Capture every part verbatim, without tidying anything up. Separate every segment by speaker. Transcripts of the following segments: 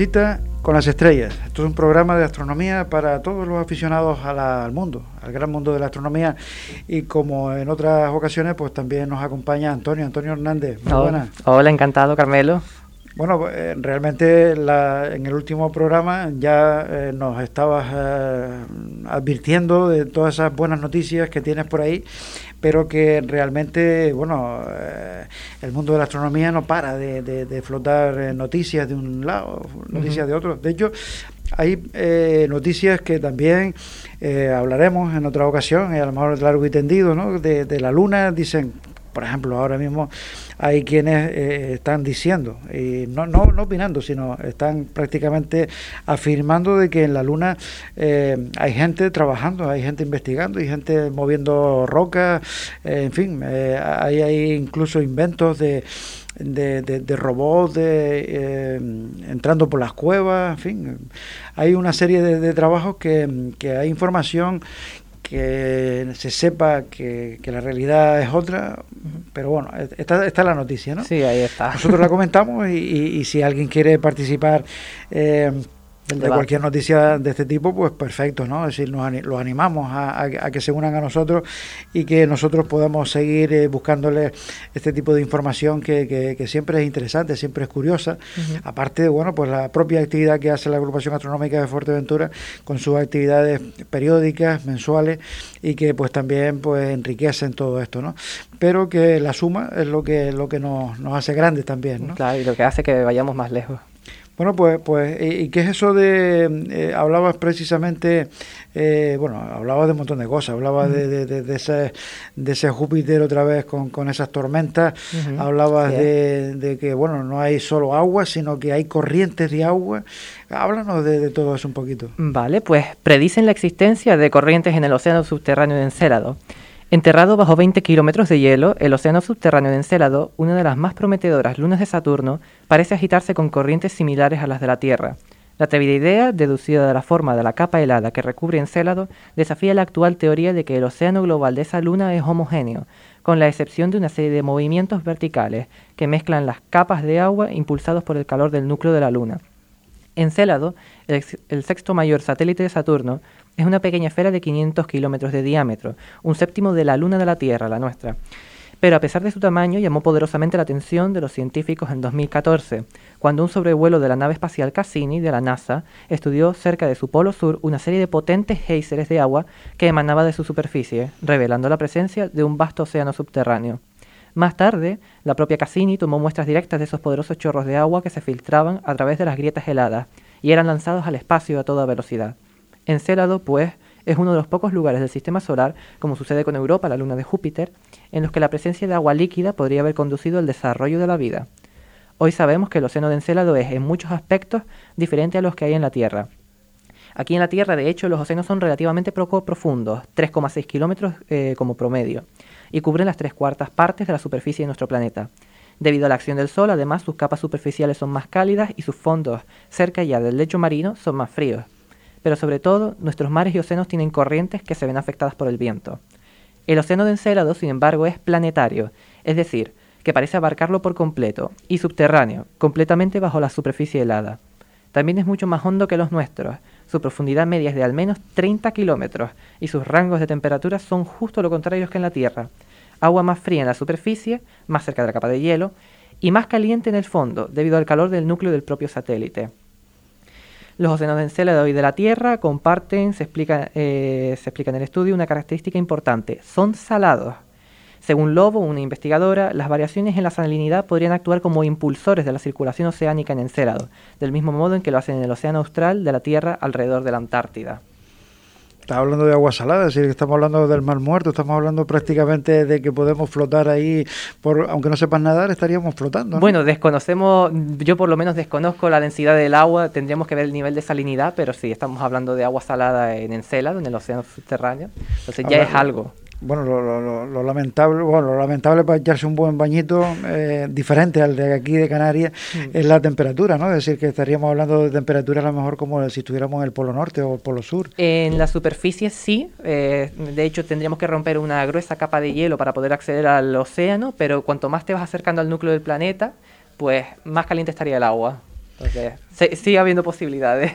Speaker 1: Cita con las estrellas. Esto es un programa de astronomía para todos los aficionados a la, al mundo, al gran mundo de la astronomía. Y como en otras ocasiones, pues también nos acompaña Antonio, Antonio Hernández. Muy
Speaker 2: hola,
Speaker 1: buenas.
Speaker 2: Hola, encantado, Carmelo.
Speaker 1: Bueno, eh, realmente la, en el último programa ya eh, nos estabas eh, advirtiendo de todas esas buenas noticias que tienes por ahí, pero que realmente, bueno, eh, el mundo de la astronomía no para de, de, de flotar eh, noticias de un lado, noticias uh-huh. de otro. De hecho, hay eh, noticias que también eh, hablaremos en otra ocasión, y a lo mejor largo y tendido, ¿no? De, de la Luna, dicen, por ejemplo, ahora mismo hay quienes eh, están diciendo, y no, no, no opinando, sino están prácticamente afirmando de que en la Luna eh, hay gente trabajando, hay gente investigando, hay gente moviendo rocas, eh, en fin, eh, hay, hay incluso inventos de De, de, de robots de, eh, entrando por las cuevas, en fin, hay una serie de, de trabajos que, que hay información que se sepa que, que la realidad es otra, pero bueno, esta, esta es la noticia, ¿no?
Speaker 2: Sí, ahí está.
Speaker 1: Nosotros la comentamos y, y, y si alguien quiere participar eh, de cualquier noticia de este tipo, pues perfecto, ¿no? Es decir, nos los animamos a, a, a que se unan a nosotros y que nosotros podamos seguir eh, buscándoles este tipo de información que, que, que siempre es interesante, siempre es curiosa. Uh-huh. Aparte, bueno, pues la propia actividad que hace la Agrupación Astronómica de Fuerteventura con sus actividades periódicas, mensuales, y que pues también pues enriquecen todo esto, ¿no? Pero que la suma es lo que, lo que nos, nos hace grandes también, ¿no?
Speaker 2: Claro, y lo que hace que vayamos más lejos.
Speaker 1: Bueno, pues, pues, ¿y qué es eso de, eh, hablabas precisamente, eh, bueno, hablabas de un montón de cosas, hablabas uh-huh. de, de, de, de, ese, de ese Júpiter otra vez con, con esas tormentas, uh-huh. hablabas sí. de, de que, bueno, no hay solo agua, sino que hay corrientes de agua. Háblanos de, de todo eso un poquito.
Speaker 2: Vale, pues predicen la existencia de corrientes en el océano subterráneo de Encélado. Enterrado bajo veinte kilómetros de hielo, el océano subterráneo de Encélado, una de las más prometedoras lunas de Saturno, parece agitarse con corrientes similares a las de la Tierra. La atrevida idea, deducida de la forma de la capa helada que recubre Encélado, desafía la actual teoría de que el océano global de esa luna es homogéneo, con la excepción de una serie de movimientos verticales que mezclan las capas de agua impulsados por el calor del núcleo de la luna. Encélado, el, el sexto mayor satélite de Saturno, es una pequeña esfera de quinientos kilómetros de diámetro, un séptimo de la luna de la Tierra, la nuestra. Pero a pesar de su tamaño, llamó poderosamente la atención de los científicos en dos mil catorce, cuando un sobrevuelo de la nave espacial Cassini de la NASA estudió cerca de su polo sur una serie de potentes géiseres de agua que emanaba de su superficie, revelando la presencia de un vasto océano subterráneo. Más tarde, la propia Cassini tomó muestras directas de esos poderosos chorros de agua que se filtraban a través de las grietas heladas y eran lanzados al espacio a toda velocidad. Encélado, pues, es uno de los pocos lugares del sistema solar, como sucede con Europa, la luna de Júpiter, en los que la presencia de agua líquida podría haber conducido al desarrollo de la vida. Hoy sabemos que el océano de Encélado es, en muchos aspectos, diferente a los que hay en la Tierra. Aquí en la Tierra, de hecho, los océanos son relativamente poco profundos, tres coma seis kilómetros eh, como promedio, y cubren las tres cuartas partes de la superficie de nuestro planeta. Debido a la acción del Sol, además, sus capas superficiales son más cálidas y sus fondos, cerca ya del lecho marino, son más fríos. Pero sobre todo, nuestros mares y océanos tienen corrientes que se ven afectadas por el viento. El océano de Encélado, sin embargo, es planetario, es decir, que parece abarcarlo por completo, y subterráneo, completamente bajo la superficie helada. También es mucho más hondo que los nuestros, su profundidad media es de al menos treinta kilómetros, y sus rangos de temperatura son justo lo contrarios que en la Tierra. Agua más fría en la superficie, más cerca de la capa de hielo, y más caliente en el fondo, debido al calor del núcleo del propio satélite. Los océanos de Encélado y de la Tierra comparten, se explica, eh, se explica en el estudio, una característica importante. Son salados. Según Lobo, una investigadora, las variaciones en la salinidad podrían actuar como impulsores de la circulación oceánica en Encélado, del mismo modo en que lo hacen en el océano austral de la Tierra alrededor de la Antártida.
Speaker 1: Estás hablando de agua salada, es decir, que estamos hablando del mar muerto, estamos hablando prácticamente de que podemos flotar ahí, por aunque no sepas nadar, estaríamos flotando, ¿no?
Speaker 2: Bueno, desconocemos, yo por lo menos desconozco la densidad del agua, tendríamos que ver el nivel de salinidad, pero sí, estamos hablando de agua salada en Encélado, en el océano subterráneo, entonces ya es algo.
Speaker 1: Bueno, lo, lo, lo lamentable, bueno, lo lamentable para echarse un buen bañito, eh, diferente al de aquí de Canarias, mm. es la temperatura, ¿no? Es decir, que estaríamos hablando de temperaturas a lo mejor como si estuviéramos en el Polo Norte o el Polo Sur.
Speaker 2: En la superficie sí, eh, de hecho tendríamos que romper una gruesa capa de hielo para poder acceder al océano, pero cuanto más te vas acercando al núcleo del planeta, pues más caliente estaría el agua. Entonces, sí, sigue habiendo posibilidades.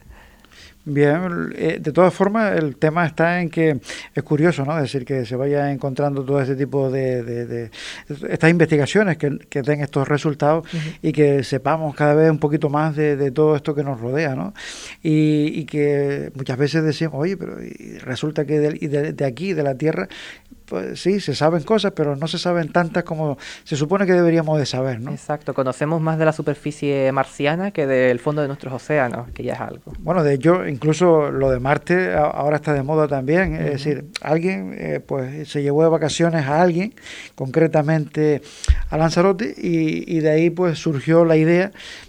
Speaker 1: Bien, eh, de todas formas el tema está en que es curioso, ¿no? Es decir, que se vaya encontrando todo ese tipo de, de, de estas investigaciones que, que den estos resultados uh-huh. y que sepamos cada vez un poquito más de, de todo esto que nos rodea, ¿no? Y, y que muchas veces decimos, oye, pero y resulta que de, y de, de aquí, de la Tierra, pues sí, se saben cosas, pero no se saben tantas como se supone que deberíamos de saber, ¿no?
Speaker 2: Exacto, conocemos más de la superficie marciana que del fondo de nuestros océanos, que ya es algo.
Speaker 1: Bueno, de hecho, incluso lo de Marte ahora está de moda también, uh-huh. es decir, alguien eh, pues se llevó de vacaciones a alguien, concretamente a Lanzarote, y, y de ahí pues surgió la idea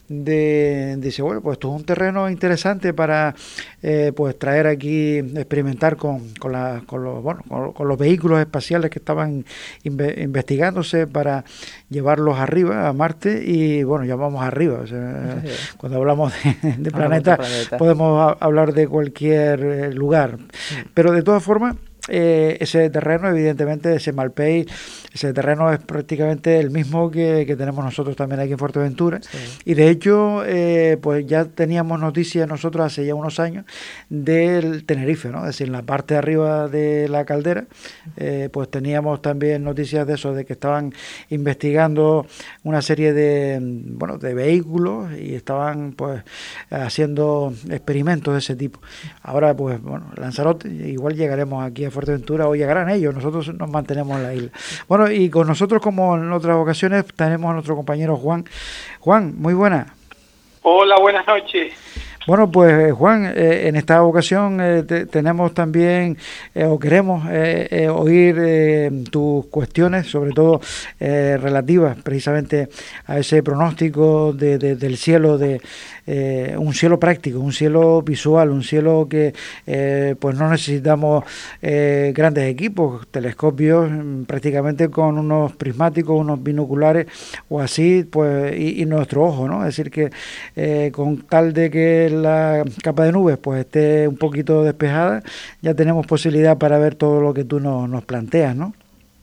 Speaker 1: de, dice, bueno, pues esto es un terreno interesante para eh, pues traer aquí, experimentar con, con, la, con, los, bueno, con, con los vehículos espaciales que estaban inve- investigándose para llevarlos arriba a Marte, y bueno, ya vamos arriba, o sea, sí. cuando hablamos de, de planeta, planeta podemos a, hablar de cualquier eh, lugar, sí. pero de todas formas Eh, ese terreno, evidentemente, ese Malpey, ese terreno es prácticamente el mismo que, que tenemos nosotros también aquí en Fuerteventura, sí. y de hecho eh, pues ya teníamos noticias nosotros hace ya unos años del Tenerife, ¿no? Es decir, en la parte de arriba de la caldera eh, pues teníamos también noticias de eso, de que estaban investigando una serie de bueno de vehículos y estaban pues haciendo experimentos de ese tipo. Ahora pues bueno, Lanzarote, igual llegaremos aquí a Fuerteventura o llegarán ellos, nosotros nos mantenemos en la isla. Bueno, y con nosotros, como en otras ocasiones, tenemos a nuestro compañero Juan. Juan, muy buena.
Speaker 3: Hola, buenas noches.
Speaker 1: Bueno, pues Juan, eh, en esta ocasión eh, te, tenemos también, eh, o queremos eh, eh, oír eh, tus cuestiones, sobre todo eh, relativas precisamente a ese pronóstico de, de, del cielo, de eh, un cielo práctico, un cielo visual, un cielo que eh, pues no necesitamos eh, grandes equipos, telescopios, prácticamente con unos prismáticos, unos binoculares o así, pues y, y nuestro ojo, ¿no? Es decir que eh, con tal de que la capa de nubes pues esté un poquito despejada, ya tenemos posibilidad para ver todo lo que tú nos, nos planteas, ¿no?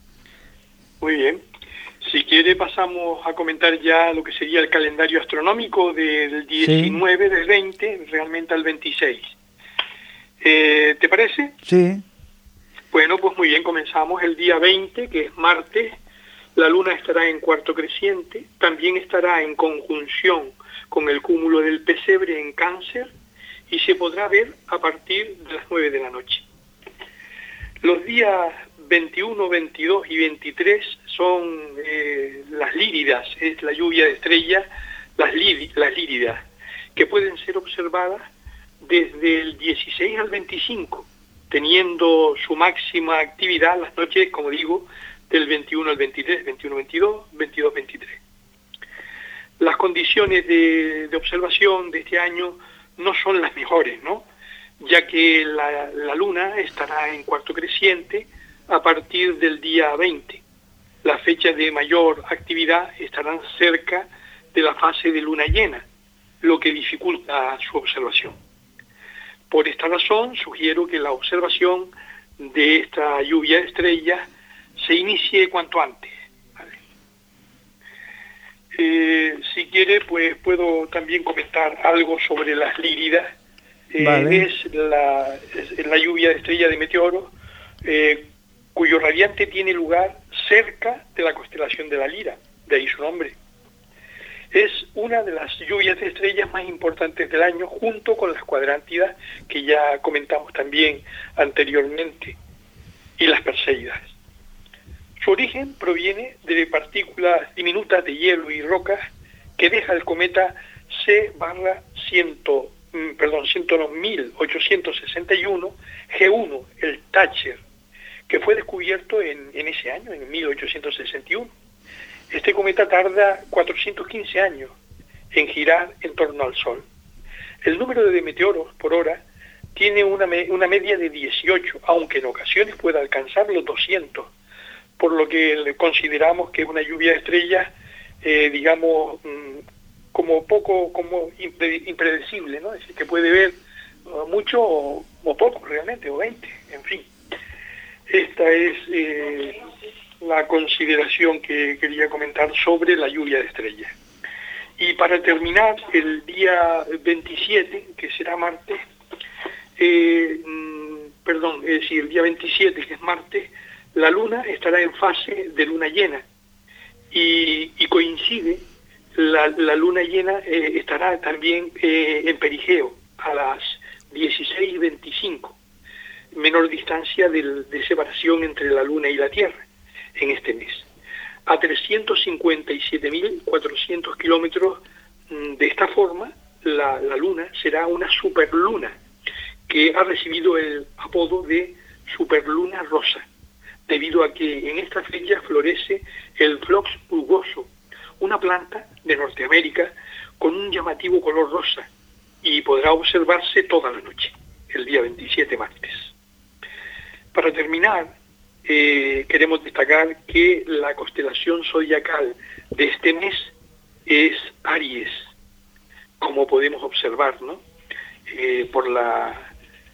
Speaker 3: Muy bien. Si quiere pasamos a comentar ya lo que sería el calendario astronómico del diecinueve, sí. del veinte, realmente al veintiséis. Eh, ¿Te parece?
Speaker 1: Sí.
Speaker 3: Bueno, pues muy bien, comenzamos el día veinte, que es martes. La luna estará en cuarto creciente, también estará en conjunción con el cúmulo del pesebre en Cáncer y se podrá ver a partir de las nueve de la noche. Los días veintiuno, veintidós y veintitrés son eh, las líridas, es la lluvia de estrellas, las, lí- las líridas, que pueden ser observadas desde el dieciséis al veinticinco, teniendo su máxima actividad las noches, como digo, del veintiuno al veintitrés, veintiuno, veintidós, veintidós, veintitrés. Las condiciones de, de observación de este año no son las mejores, ¿no? Ya que la, la luna estará en cuarto creciente a partir del día veinte. Las fechas de mayor actividad estarán cerca de la fase de luna llena, lo que dificulta su observación. Por esta razón, sugiero que la observación de esta lluvia de estrellas se inicie cuanto antes. Eh, si quiere, pues puedo también comentar algo sobre las líridas. Eh, vale. Es la, es la lluvia de estrella de meteoros, eh, cuyo radiante tiene lugar cerca de la constelación de la Lira, de ahí su nombre. Es una de las lluvias de estrellas más importantes del año, junto con las cuadrántidas, que ya comentamos también anteriormente, y las Perseidas. Su origen proviene de partículas diminutas de hielo y rocas que deja el cometa C ciento, perdón, mil ochocientos sesenta y uno G uno, el Thatcher, que fue descubierto en, en ese año, en mil ochocientos sesenta y uno. Este cometa tarda cuatrocientos quince años en girar en torno al Sol. El número de meteoros por hora tiene una, me, una media de dieciocho, aunque en ocasiones pueda alcanzar los doscientos. Por lo que consideramos que es una lluvia de estrellas, eh, digamos, mmm, como poco, como impre, impredecible, ¿no? Es decir, que puede ver uh, mucho o, o poco realmente, o veinte, en fin. Esta es eh, la consideración que quería comentar sobre la lluvia de estrellas. Y para terminar, el día veintisiete, que será martes, eh, perdón, es decir, el día veintisiete, que es martes, la luna estará en fase de luna llena y, y coincide, la, la luna llena eh, estará también eh, en perigeo a las dieciséis veinticinco, menor distancia del, de separación entre la luna y la Tierra en este mes. A trescientos cincuenta y siete mil cuatrocientos kilómetros de esta forma, la, la luna será una superluna que ha recibido el apodo de superluna rosa, debido a que en esta fecha florece el Phlox rugoso, una planta de Norteamérica con un llamativo color rosa, y podrá observarse toda la noche, el día veintisiete, martes. Para terminar, eh, queremos destacar que la constelación zodiacal de este mes es Aries, como podemos observar, ¿no? Eh, por la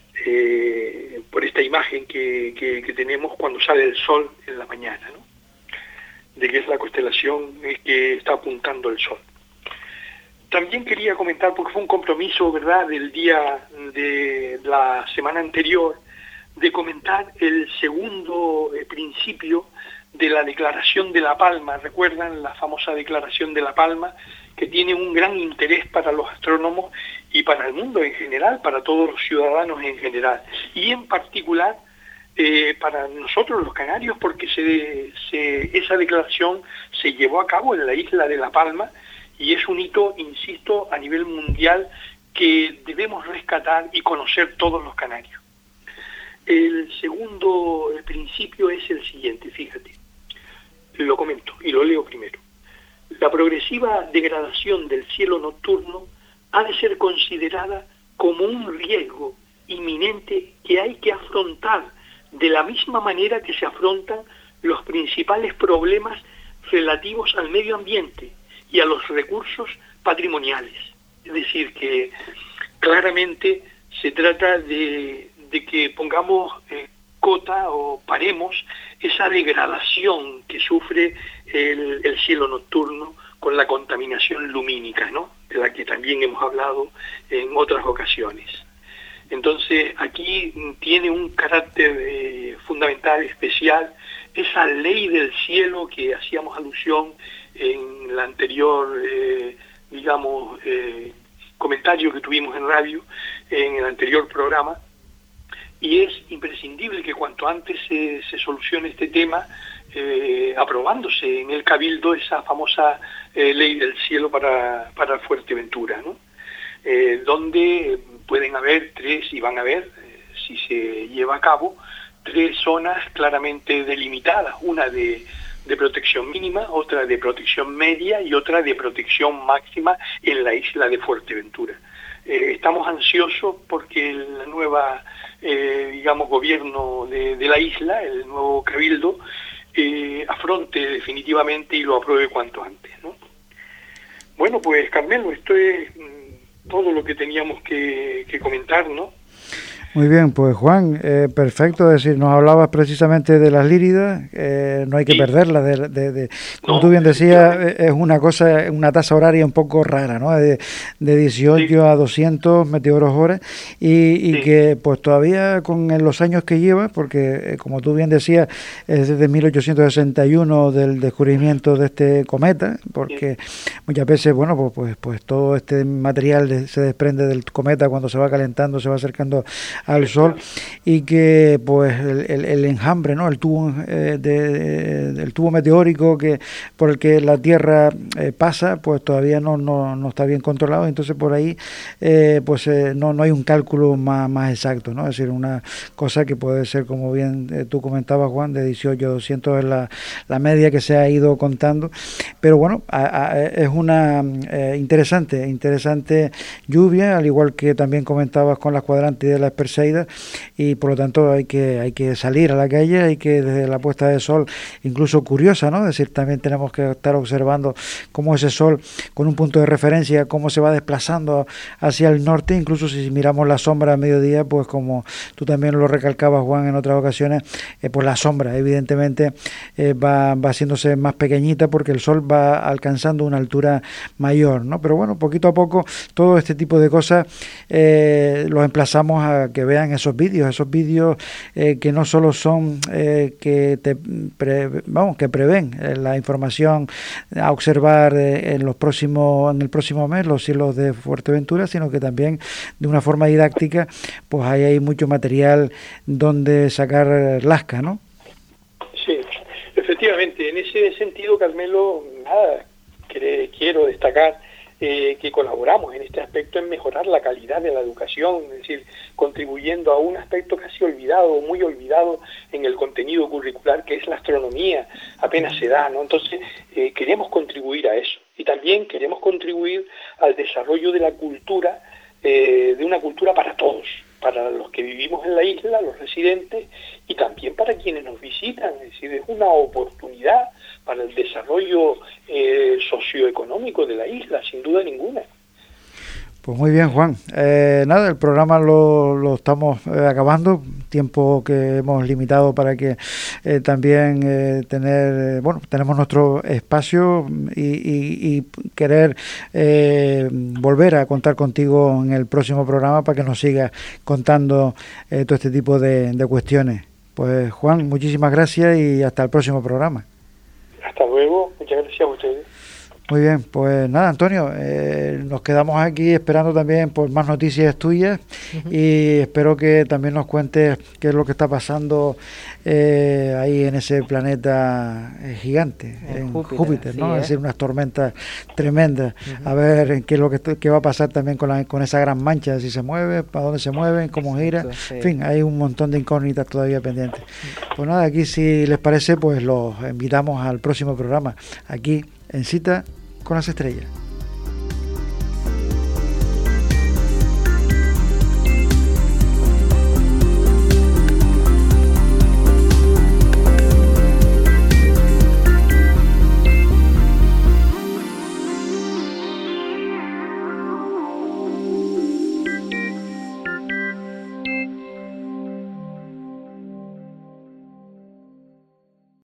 Speaker 3: eh, por esta imagen que, que, que tenemos cuando sale el sol en la mañana, ¿no? De que es la constelación que está apuntando el sol. También quería comentar, porque fue un compromiso, ¿verdad?, del día de la semana anterior, de comentar el segundo eh, principio de la Declaración de La Palma. ¿Recuerdan la famosa Declaración de La Palma, que tiene un gran interés para los astrónomos y para el mundo en general, para todos los ciudadanos en general? Y en particular eh, para nosotros los canarios, porque se, se, esa declaración se llevó a cabo en la isla de La Palma, y es un hito, insisto, a nivel mundial que debemos rescatar y conocer todos los canarios. El segundo el principio es el siguiente, fíjate, lo comento y lo leo primero. La progresiva degradación del cielo nocturno ha de ser considerada como un riesgo inminente que hay que afrontar de la misma manera que se afrontan los principales problemas relativos al medio ambiente y a los recursos patrimoniales. Es decir, que claramente se trata de, de que pongamos eh, cota o paremos esa degradación que sufre el, el cielo nocturno con la contaminación lumínica, ¿no?, de la que también hemos hablado en otras ocasiones. Entonces, aquí tiene un carácter eh, fundamental, especial, esa ley del cielo que hacíamos alusión en el anterior, eh, digamos, eh, comentario que tuvimos en radio, en el anterior programa, y es imprescindible que cuanto antes se, se solucione este tema, eh, aprobándose en el Cabildo esa famosa eh, ley del cielo para, para Fuerteventura, ¿no? Eh, donde pueden haber tres, y van a haber, eh, si se lleva a cabo, tres zonas claramente delimitadas, una de, de protección mínima, otra de protección media y otra de protección máxima en la isla de Fuerteventura. Eh, estamos ansiosos porque la nueva, eh, digamos, gobierno de, de la isla, el nuevo Cabildo, eh, afronte definitivamente y lo apruebe cuanto antes, ¿no? Bueno, pues Carmelo, esto es mm, todo lo que teníamos que, que comentar, ¿no?
Speaker 1: Muy bien, pues Juan, eh, perfecto, es decir, nos hablabas precisamente de las líridas, eh, no hay que sí. perderlas, de, de, de, como no, tú bien decías, es una cosa, una tasa horaria un poco rara, ¿no? De, de dieciocho sí. a doscientos meteoros hora, y, y sí. que pues todavía con los años que lleva, porque eh, como tú bien decías, es desde mil ochocientos sesenta y uno del descubrimiento de este cometa, porque sí. muchas veces, bueno, pues, pues, pues todo este material de, se desprende del cometa cuando se va calentando, se va acercando al sol, y que pues el, el, el enjambre, ¿no?, el tubo eh, de, de, el tubo meteórico que por el que la Tierra eh, pasa, pues todavía no, no, no está bien controlado. Entonces por ahí eh, pues eh, no, no hay un cálculo más, más exacto, ¿no? Es decir, una cosa que puede ser, como bien eh, tú comentabas, Juan, de dieciocho a doscientos es la, la media que se ha ido contando, pero bueno, a, a, es una eh, interesante interesante lluvia, al igual que también comentabas con las cuadrantes de la expresión Perseida, y por lo tanto hay que hay que salir a la calle, hay que desde la puesta de sol, incluso curiosa, ¿no? Es decir, también tenemos que estar observando cómo ese sol, con un punto de referencia, cómo se va desplazando hacia el norte, incluso si miramos la sombra a mediodía, pues como tú también lo recalcabas, Juan, en otras ocasiones, eh, pues la sombra evidentemente eh, va, va haciéndose más pequeñita porque el sol va alcanzando una altura mayor, ¿no? Pero bueno, poquito a poco todo este tipo de cosas eh, los emplazamos a que vean esos vídeos, esos vídeos eh, que no solo son eh, que te pre, vamos, que prevén eh, la información a observar eh, en los próximos, en el próximo mes, los cielos de Fuerteventura, sino que también de una forma didáctica, pues ahí hay mucho material donde sacar lasca, ¿no?
Speaker 3: Sí, efectivamente, en ese sentido, Carmelo, nada, quiero destacar eh, que colaboramos en este aspecto en mejorar la calidad de la educación, es decir, contribuyendo a un aspecto casi olvidado, muy olvidado en el contenido curricular, que es la astronomía, apenas se da, ¿no? Entonces, eh, queremos contribuir a eso, y también queremos contribuir al desarrollo de la cultura, eh, de una cultura para todos, para los que vivimos en la isla, los residentes, y también para quienes nos visitan, es decir, es una oportunidad para el desarrollo eh, socioeconómico de la isla, sin duda ninguna.
Speaker 1: Pues muy bien, Juan. Eh, nada, el programa lo, lo estamos eh, acabando, tiempo que hemos limitado para que eh, también eh, tener, eh, bueno, tenemos nuestro espacio y, y, y querer eh, volver a contar contigo en el próximo programa para que nos sigas contando eh, todo este tipo de, de cuestiones. Pues Juan, muchísimas gracias y hasta el próximo programa.
Speaker 3: Hasta luego, muchas gracias a ustedes.
Speaker 1: Muy bien, pues nada, Antonio, eh, nos quedamos aquí esperando también por más noticias tuyas uh-huh. y espero que también nos cuentes qué es lo que está pasando eh, ahí en ese planeta eh, gigante, en, en Júpiter, Júpiter ¿no? Sí, es decir, unas tormentas tremendas, uh-huh. a ver qué es lo que qué va a pasar también con, la, con esa gran mancha, si se mueve, para dónde se mueve, cómo gira, sí. En fin, hay un montón de incógnitas todavía pendientes. Pues nada, aquí si les parece, pues los invitamos al próximo programa, aquí en Cita con las Estrellas.